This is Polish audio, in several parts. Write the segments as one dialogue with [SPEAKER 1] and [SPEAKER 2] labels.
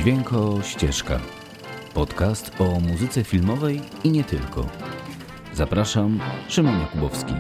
[SPEAKER 1] Dźwięko Ścieżka. Podcast o muzyce filmowej i nie tylko. Zapraszam, Szymon Jakubowski.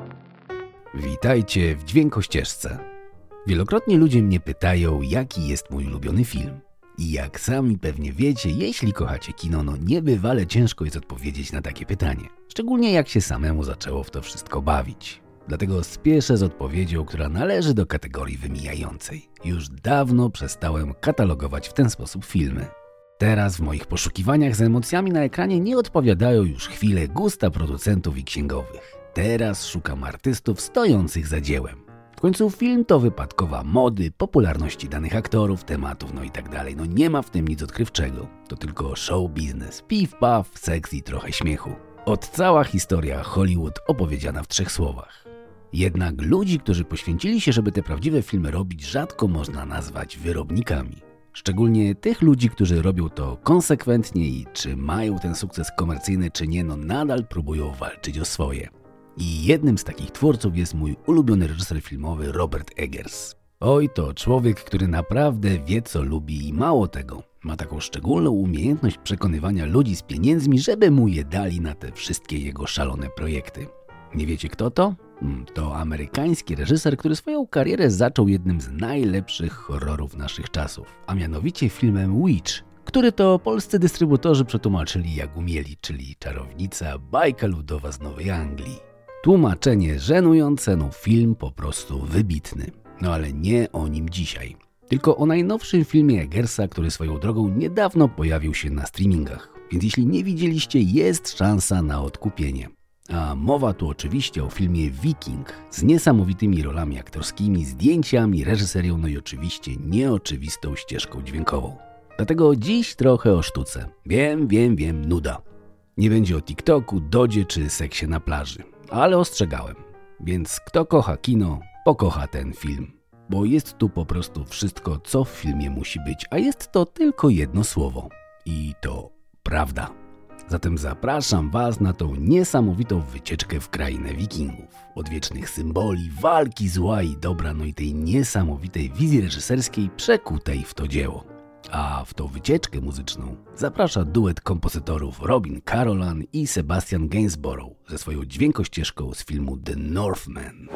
[SPEAKER 1] Witajcie w Dźwięko Ścieżce. Wielokrotnie ludzie mnie pytają, jaki jest mój ulubiony film. I jak sami pewnie wiecie, jeśli kochacie kino, niebywale ciężko jest odpowiedzieć na takie pytanie. Szczególnie jak się samemu zaczęło w to wszystko bawić. Dlatego spieszę z odpowiedzią, która należy do kategorii wymijającej. Już dawno przestałem katalogować w ten sposób filmy. Teraz w moich poszukiwaniach z emocjami na ekranie nie odpowiadają już chwile gusta producentów i księgowych. Teraz szukam artystów stojących za dziełem. W końcu film to wypadkowa mody, popularności danych aktorów, tematów itd. Nie ma w tym nic odkrywczego. To tylko show biznes, piw, paw, seks i trochę śmiechu. Cała historia Hollywood opowiedziana w 3 słowach. Jednak ludzi, którzy poświęcili się, żeby te prawdziwe filmy robić, rzadko można nazwać wyrobnikami. Szczególnie tych ludzi, którzy robią to konsekwentnie i czy mają ten sukces komercyjny, czy nie, nadal próbują walczyć o swoje. I jednym z takich twórców jest mój ulubiony reżyser filmowy Robert Eggers. Oj, to człowiek, który naprawdę wie, co lubi i mało tego. Ma taką szczególną umiejętność przekonywania ludzi z pieniędzmi, żeby mu je dali na te wszystkie jego szalone projekty. Nie wiecie kto to? To amerykański reżyser, który swoją karierę zaczął jednym z najlepszych horrorów naszych czasów, a mianowicie filmem Witch, który to polscy dystrybutorzy przetłumaczyli jak umieli, czyli Czarownica, bajka ludowa z Nowej Anglii. Tłumaczenie żenujące, film po prostu wybitny. Ale nie o nim dzisiaj. Tylko o najnowszym filmie Eggersa, który swoją drogą niedawno pojawił się na streamingach. Więc jeśli nie widzieliście, jest szansa na odkupienie. A mowa tu oczywiście o filmie Viking z niesamowitymi rolami aktorskimi, zdjęciami, reżyserią, i oczywiście nieoczywistą ścieżką dźwiękową. Dlatego dziś trochę o sztuce. Wiem, nuda. Nie będzie o TikToku, dodzie czy seksie na plaży. Ale ostrzegałem. Więc kto kocha kino, pokocha ten film. Bo jest tu po prostu wszystko, co w filmie musi być, a jest to tylko jedno słowo. I to prawda. Zatem zapraszam Was na tą niesamowitą wycieczkę w krainę wikingów. Odwiecznych symboli, walki zła i dobra, i tej niesamowitej wizji reżyserskiej przekutej w to dzieło. A w tą wycieczkę muzyczną zaprasza duet kompozytorów Robin Carolan i Sebastian Gainsborough ze swoją dźwiękościeżką z filmu The Northman.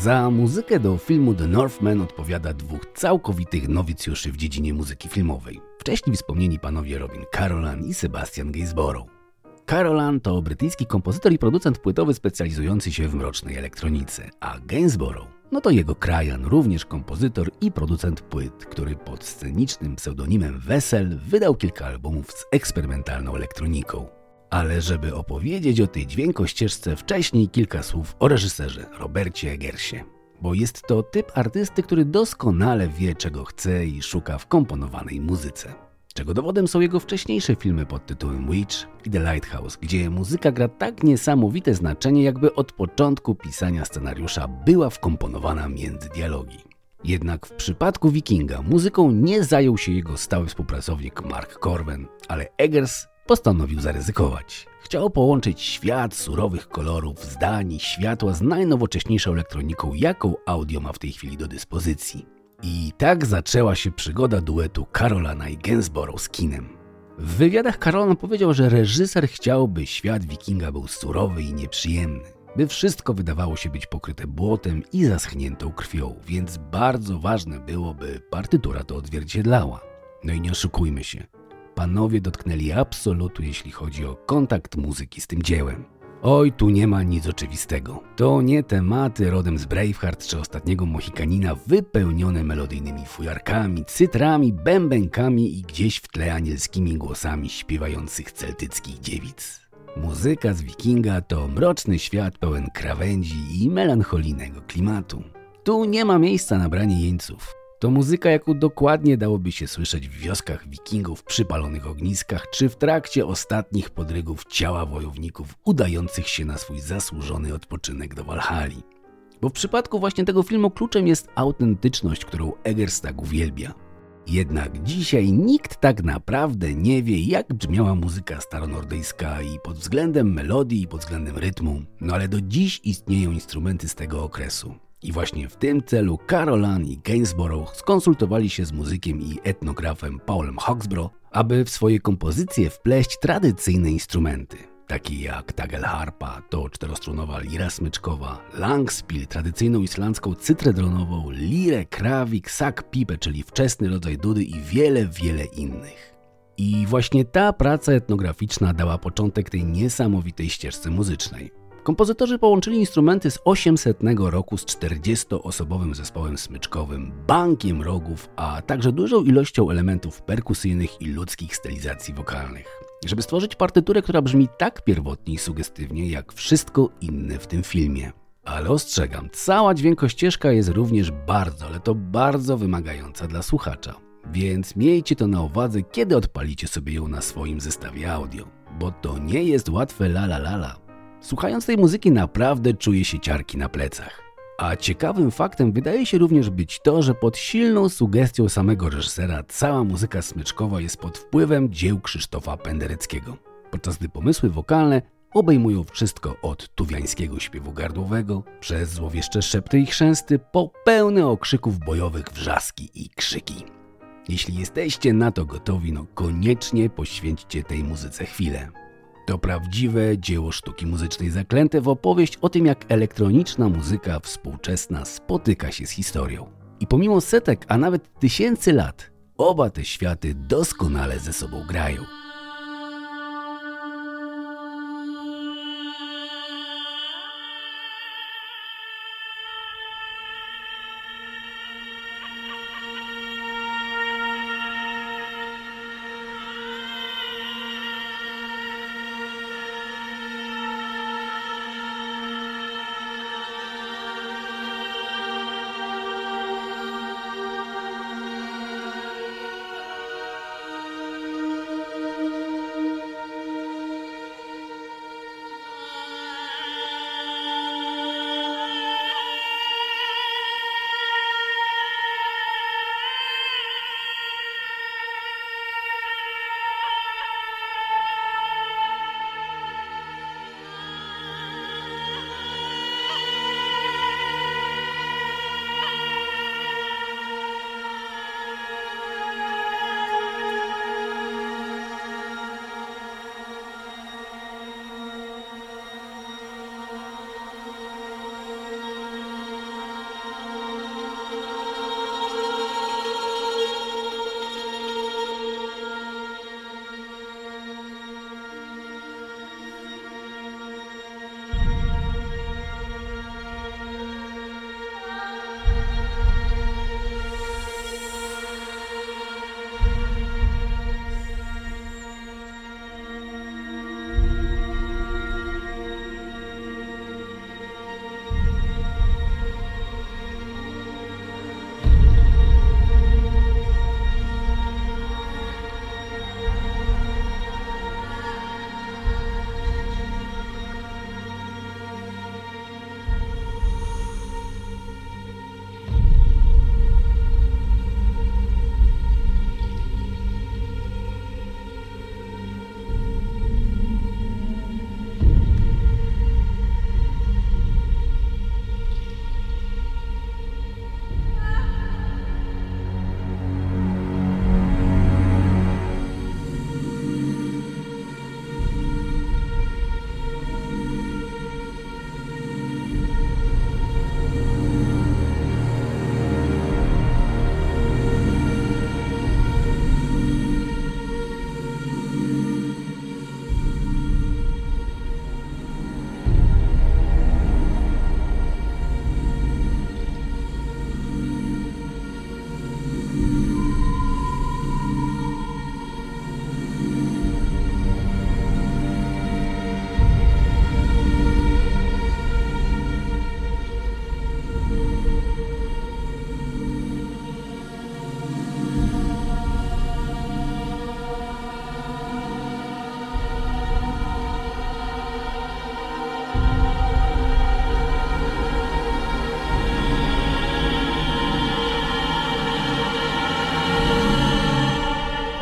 [SPEAKER 1] Za muzykę do filmu The Northman odpowiada dwóch całkowitych nowicjuszy w dziedzinie muzyki filmowej. Wcześniej wspomnieni panowie Robin Carolan i Sebastian Gainsborough. Carolan to brytyjski kompozytor i producent płytowy specjalizujący się w mrocznej elektronice, a Gainsborough to jego krajan, również kompozytor i producent płyt, który pod scenicznym pseudonimem Wessel wydał kilka albumów z eksperymentalną elektroniką. Ale żeby opowiedzieć o tej dźwiękościeżce, wcześniej kilka słów o reżyserze Robercie Eggersie. Bo jest to typ artysty, który doskonale wie, czego chce i szuka w komponowanej muzyce. Czego dowodem są jego wcześniejsze filmy pod tytułem Witch i The Lighthouse, gdzie muzyka gra tak niesamowite znaczenie, jakby od początku pisania scenariusza była wkomponowana między dialogi. Jednak w przypadku Wikinga muzyką nie zajął się jego stały współpracownik Mark Corben, ale Eggers postanowił zaryzykować. Chciał połączyć świat surowych kolorów, zdań i światła z najnowocześniejszą elektroniką, jaką audio ma w tej chwili do dyspozycji. I tak zaczęła się przygoda duetu Carolana i Gainsborough z kinem. W wywiadach Carolan powiedział, że reżyser chciał, by świat Wikinga był surowy i nieprzyjemny, by wszystko wydawało się być pokryte błotem i zaschniętą krwią, więc bardzo ważne było, by partytura to odzwierciedlała. No i nie oszukujmy się, panowie dotknęli absolutu, jeśli chodzi o kontakt muzyki z tym dziełem. Oj, tu nie ma nic oczywistego. To nie tematy rodem z Braveheart czy Ostatniego Mohikanina wypełnione melodyjnymi fujarkami, cytrami, bębenkami i gdzieś w tle anielskimi głosami śpiewających celtyckich dziewic. Muzyka z Wikinga to mroczny świat pełen krawędzi i melancholijnego klimatu. Tu nie ma miejsca na branie jeńców. To muzyka, jaką dokładnie dałoby się słyszeć w wioskach Wikingów, przypalonych ogniskach, czy w trakcie ostatnich podrygów ciała wojowników udających się na swój zasłużony odpoczynek do Walhalli. Bo w przypadku właśnie tego filmu kluczem jest autentyczność, którą Eggers tak uwielbia. Jednak dzisiaj nikt tak naprawdę nie wie, jak brzmiała muzyka staronordyjska i pod względem melodii, i pod względem rytmu, ale do dziś istnieją instrumenty z tego okresu. I właśnie w tym celu Carolan i Gainsborough skonsultowali się z muzykiem i etnografem Paulem Hawksborough, aby w swoje kompozycje wpleść tradycyjne instrumenty, takie jak tagelharpa, to czterostrunowa lira smyczkowa, langspiel, tradycyjną islandzką cytrę dronową, lirę, krawik, sak-pipę, czyli wczesny rodzaj dudy i wiele, wiele innych. I właśnie ta praca etnograficzna dała początek tej niesamowitej ścieżce muzycznej. Kompozytorzy połączyli instrumenty z 800 roku z 40-osobowym zespołem smyczkowym, bankiem rogów, a także dużą ilością elementów perkusyjnych i ludzkich stylizacji wokalnych, żeby stworzyć partyturę, która brzmi tak pierwotnie i sugestywnie jak wszystko inne w tym filmie. Ale ostrzegam, cała dźwiękościeżka jest również bardzo, ale to bardzo wymagająca dla słuchacza. Więc miejcie to na uwadze, kiedy odpalicie sobie ją na swoim zestawie audio, bo to nie jest łatwe la. Słuchając tej muzyki naprawdę czuje się ciarki na plecach. A ciekawym faktem wydaje się również być to, że pod silną sugestią samego reżysera cała muzyka smyczkowa jest pod wpływem dzieł Krzysztofa Pendereckiego, podczas gdy pomysły wokalne obejmują wszystko od tuwiańskiego śpiewu gardłowego, przez złowieszcze szepty i chrzęsty, po pełne okrzyków bojowych wrzaski i krzyki. Jeśli jesteście na to gotowi, koniecznie poświęćcie tej muzyce chwilę. To prawdziwe dzieło sztuki muzycznej zaklęte w opowieść o tym, jak elektroniczna muzyka współczesna spotyka się z historią. I pomimo setek, a nawet tysięcy lat, oba te światy doskonale ze sobą grają.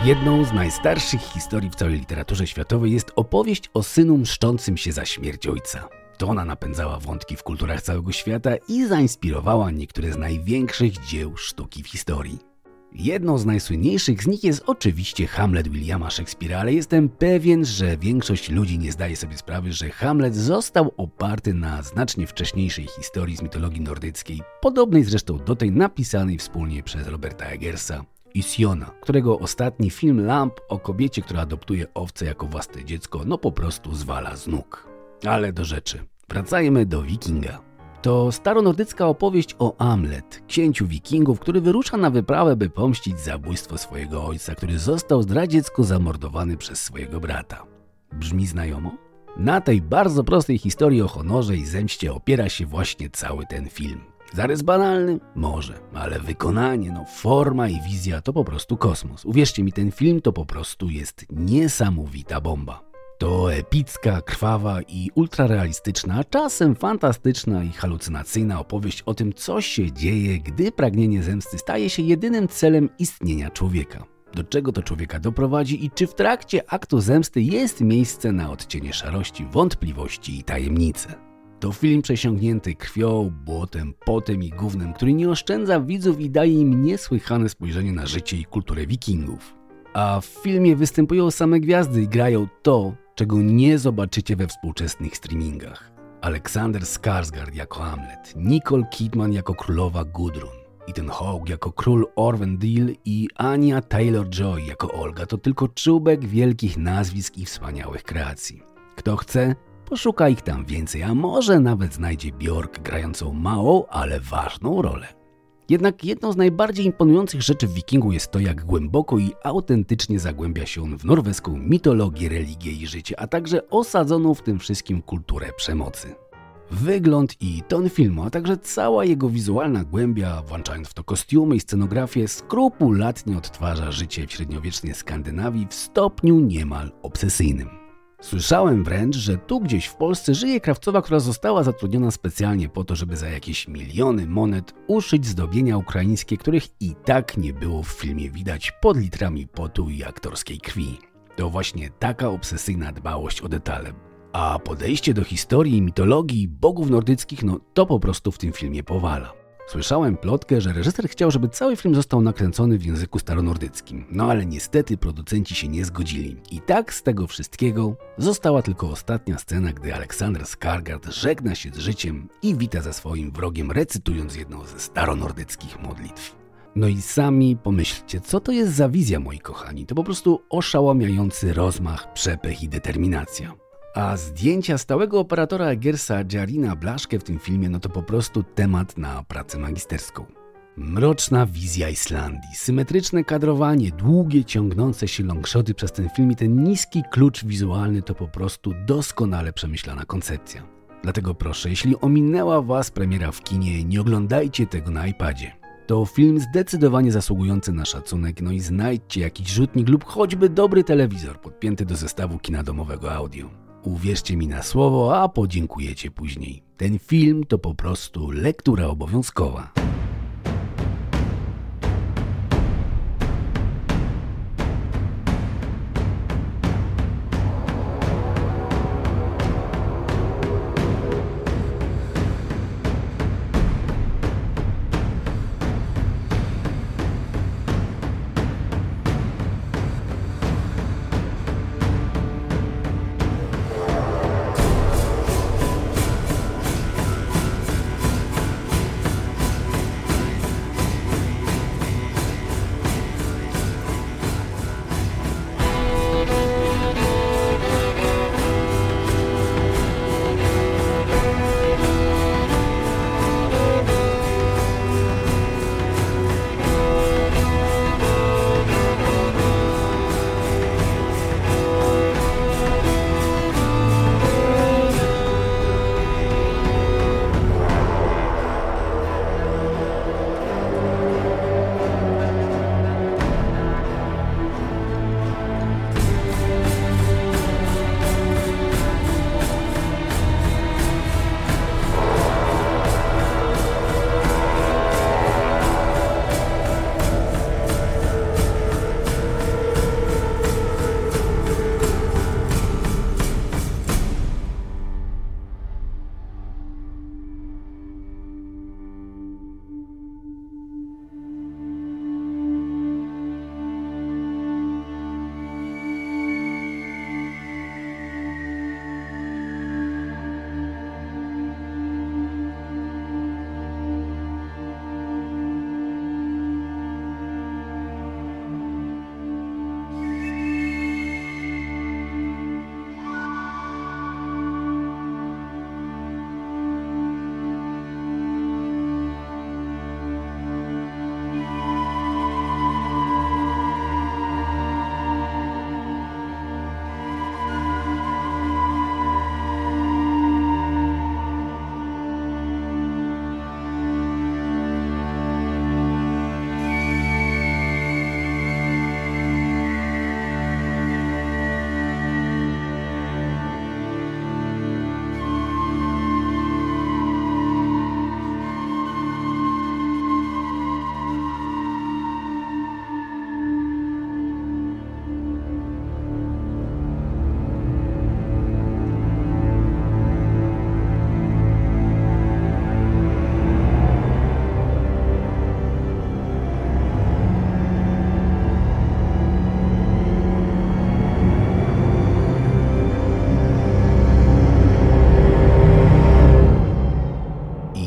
[SPEAKER 1] Jedną z najstarszych historii w całej literaturze światowej jest opowieść o synu mszczącym się za śmierć ojca. To ona napędzała wątki w kulturach całego świata i zainspirowała niektóre z największych dzieł sztuki w historii. Jedną z najsłynniejszych z nich jest oczywiście Hamlet Williama Shakespeare'a, ale jestem pewien, że większość ludzi nie zdaje sobie sprawy, że Hamlet został oparty na znacznie wcześniejszej historii z mitologii nordyckiej, podobnej zresztą do tej napisanej wspólnie przez Roberta Eggersa i Siona, którego ostatni film Lamp o kobiecie, która adoptuje owce jako własne dziecko, po prostu zwala z nóg. Ale do rzeczy. Wracajmy do Wikinga. To staronordycka opowieść o Amlet, księciu wikingów, który wyrusza na wyprawę, by pomścić zabójstwo swojego ojca, który został zdradziecko zamordowany przez swojego brata. Brzmi znajomo? Na tej bardzo prostej historii o honorze i zemście opiera się właśnie cały ten film. Zarys banalny? Może, ale wykonanie, forma i wizja to po prostu kosmos. Uwierzcie mi, ten film to po prostu jest niesamowita bomba. To epicka, krwawa i ultrarealistyczna, a czasem fantastyczna i halucynacyjna opowieść o tym, co się dzieje, gdy pragnienie zemsty staje się jedynym celem istnienia człowieka. Do czego to człowieka doprowadzi i czy w trakcie aktu zemsty jest miejsce na odcienie szarości, wątpliwości i tajemnicy. To film przesiągnięty krwią, błotem, potem i gównem, który nie oszczędza widzów i daje im niesłychane spojrzenie na życie i kulturę wikingów. A w filmie występują same gwiazdy i grają to, czego nie zobaczycie we współczesnych streamingach. Alexander Skarsgård jako Hamlet, Nicole Kidman jako królowa Gudrun, Ethan Hawke jako król Orvendil i Anya Taylor-Joy jako Olga to tylko czubek wielkich nazwisk i wspaniałych kreacji. Kto chce, poszuka ich tam więcej, a może nawet znajdzie Björk grającą małą, ale ważną rolę. Jednak jedną z najbardziej imponujących rzeczy w Wikingu jest to, jak głęboko i autentycznie zagłębia się on w norweską mitologię, religię i życie, a także osadzoną w tym wszystkim kulturę przemocy. Wygląd i ton filmu, a także cała jego wizualna głębia, włączając w to kostiumy i scenografię, skrupulatnie odtwarza życie w średniowiecznej Skandynawii w stopniu niemal obsesyjnym. Słyszałem wręcz, że tu gdzieś w Polsce żyje krawcowa, która została zatrudniona specjalnie po to, żeby za jakieś miliony monet uszyć zdobienia ukraińskie, których i tak nie było w filmie widać pod litrami potu i aktorskiej krwi. To właśnie taka obsesyjna dbałość o detale. A podejście do historii, mitologii, bogów nordyckich, to po prostu w tym filmie powala. Słyszałem plotkę, że reżyser chciał, żeby cały film został nakręcony w języku staronordyckim. Ale niestety producenci się nie zgodzili. I tak z tego wszystkiego została tylko ostatnia scena, gdy Alexander Skarsgård żegna się z życiem i wita ze swoim wrogiem, recytując jedną ze staronordyckich modlitw. I sami pomyślcie, co to jest za wizja, moi kochani. To po prostu oszałamiający rozmach, przepych i determinacja. A zdjęcia stałego operatora Eggersa Jarina Blaszke w tym filmie to po prostu temat na pracę magisterską. Mroczna wizja Islandii, symetryczne kadrowanie, długie ciągnące się longshoty przez ten film i ten niski klucz wizualny to po prostu doskonale przemyślana koncepcja. Dlatego proszę, jeśli ominęła Was premiera w kinie, nie oglądajcie tego na iPadzie. To film zdecydowanie zasługujący na szacunek, i znajdźcie jakiś rzutnik lub choćby dobry telewizor podpięty do zestawu kina domowego audio. Uwierzcie mi na słowo, a podziękujecie później. Ten film to po prostu lektura obowiązkowa.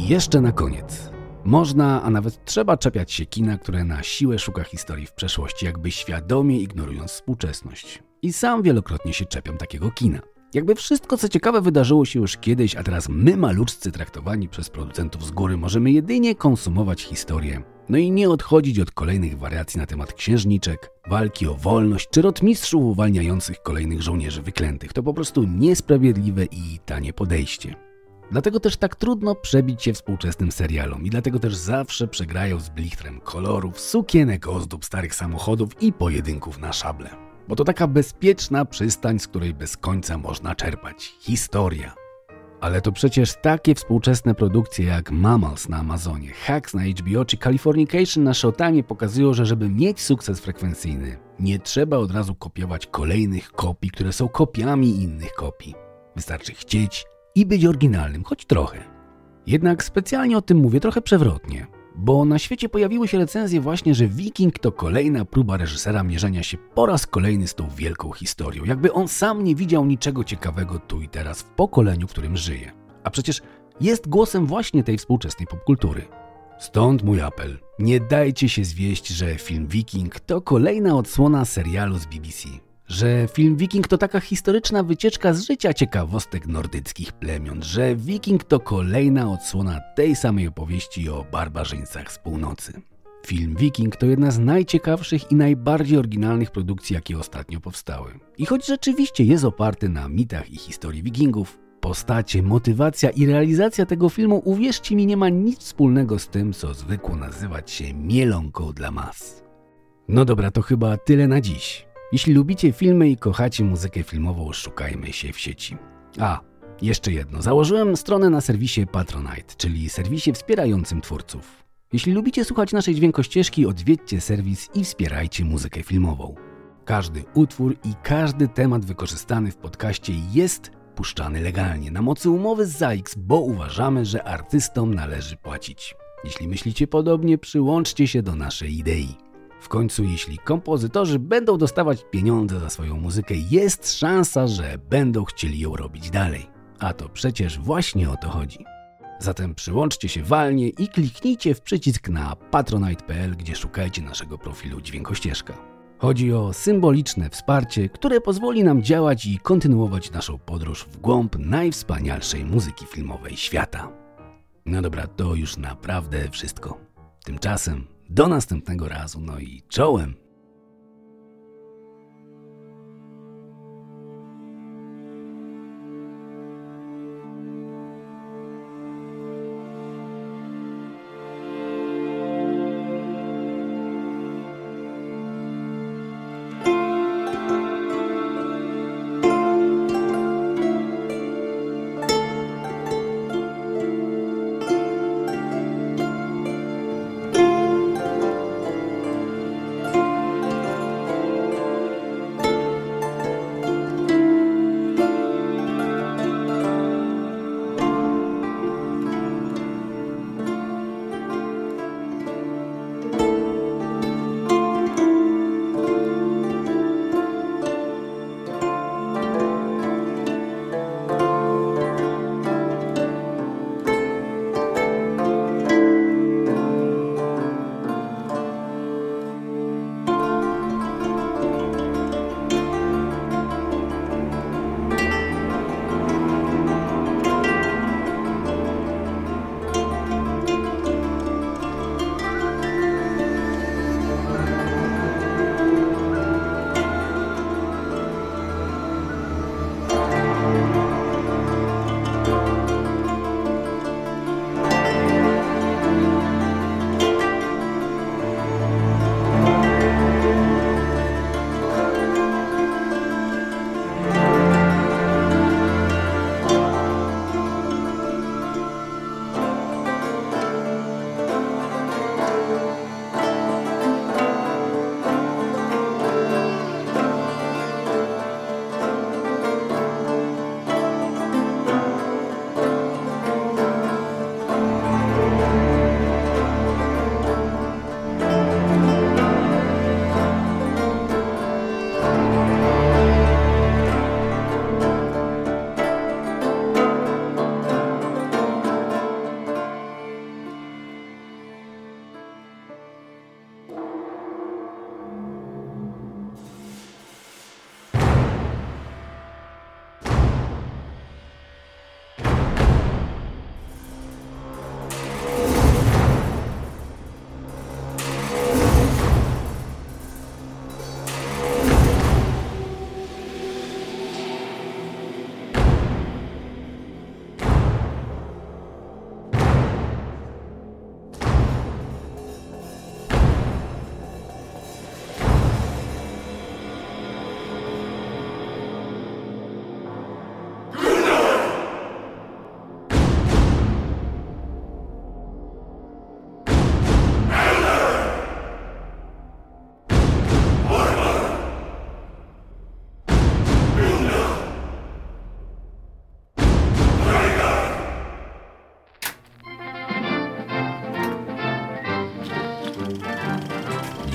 [SPEAKER 1] I jeszcze na koniec. Można, a nawet trzeba czepiać się kina, które na siłę szuka historii w przeszłości, jakby świadomie ignorując współczesność. I sam wielokrotnie się czepiam takiego kina. Jakby wszystko, co ciekawe, wydarzyło się już kiedyś, a teraz my, maluczcy, traktowani przez producentów z góry, możemy jedynie konsumować historię. No i nie odchodzić od kolejnych wariacji na temat księżniczek, walki o wolność czy rotmistrzów uwalniających kolejnych żołnierzy wyklętych. To po prostu niesprawiedliwe i tanie podejście. Dlatego też tak trudno przebić się współczesnym serialom i dlatego też zawsze przegrają z blichtrem kolorów, sukienek, ozdób, starych samochodów i pojedynków na szable. Bo to taka bezpieczna przystań, z której bez końca można czerpać. Historia. Ale to przecież takie współczesne produkcje jak Mammals na Amazonie, Hacks na HBO czy Californication na Showtime pokazują, że żeby mieć sukces frekwencyjny, nie trzeba od razu kopiować kolejnych kopii, które są kopiami innych kopii. Wystarczy chcieć i być oryginalnym, choć trochę. Jednak specjalnie o tym mówię trochę przewrotnie, bo na świecie pojawiły się recenzje właśnie, że Wiking to kolejna próba reżysera mierzenia się po raz kolejny z tą wielką historią, jakby on sam nie widział niczego ciekawego tu i teraz w pokoleniu, w którym żyje. A przecież jest głosem właśnie tej współczesnej popkultury. Stąd mój apel. Nie dajcie się zwieść, że film Wiking to kolejna odsłona serialu z BBC. Że film Wiking to taka historyczna wycieczka z życia ciekawostek nordyckich plemion, że Wiking to kolejna odsłona tej samej opowieści o barbarzyńcach z północy. Film Wiking to jedna z najciekawszych i najbardziej oryginalnych produkcji, jakie ostatnio powstały. I choć rzeczywiście jest oparty na mitach i historii Wikingów, postacie, motywacja i realizacja tego filmu, uwierzcie mi, nie ma nic wspólnego z tym, co zwykło nazywać się mielonką dla mas. No dobra, to chyba tyle na dziś. Jeśli lubicie filmy i kochacie muzykę filmową, szukajmy się w sieci. A, jeszcze jedno. Założyłem stronę na serwisie Patronite, czyli serwisie wspierającym twórców. Jeśli lubicie słuchać naszej dźwiękościeżki, odwiedźcie serwis i wspierajcie muzykę filmową. Każdy utwór i każdy temat wykorzystany w podcaście jest puszczany legalnie, na mocy umowy z ZAIX, bo uważamy, że artystom należy płacić. Jeśli myślicie podobnie, przyłączcie się do naszej idei. W końcu, jeśli kompozytorzy będą dostawać pieniądze za swoją muzykę, jest szansa, że będą chcieli ją robić dalej. A to przecież właśnie o to chodzi. Zatem przyłączcie się walnie i kliknijcie w przycisk na patronite.pl, gdzie szukajcie naszego profilu Dźwiękościeżka. Chodzi o symboliczne wsparcie, które pozwoli nam działać i kontynuować naszą podróż w głąb najwspanialszej muzyki filmowej świata. No dobra, to już naprawdę wszystko. Tymczasem do następnego razu, no i czołem!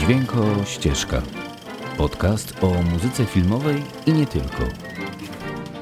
[SPEAKER 1] Dźwięko Ścieżka. Podcast o muzyce filmowej i nie tylko.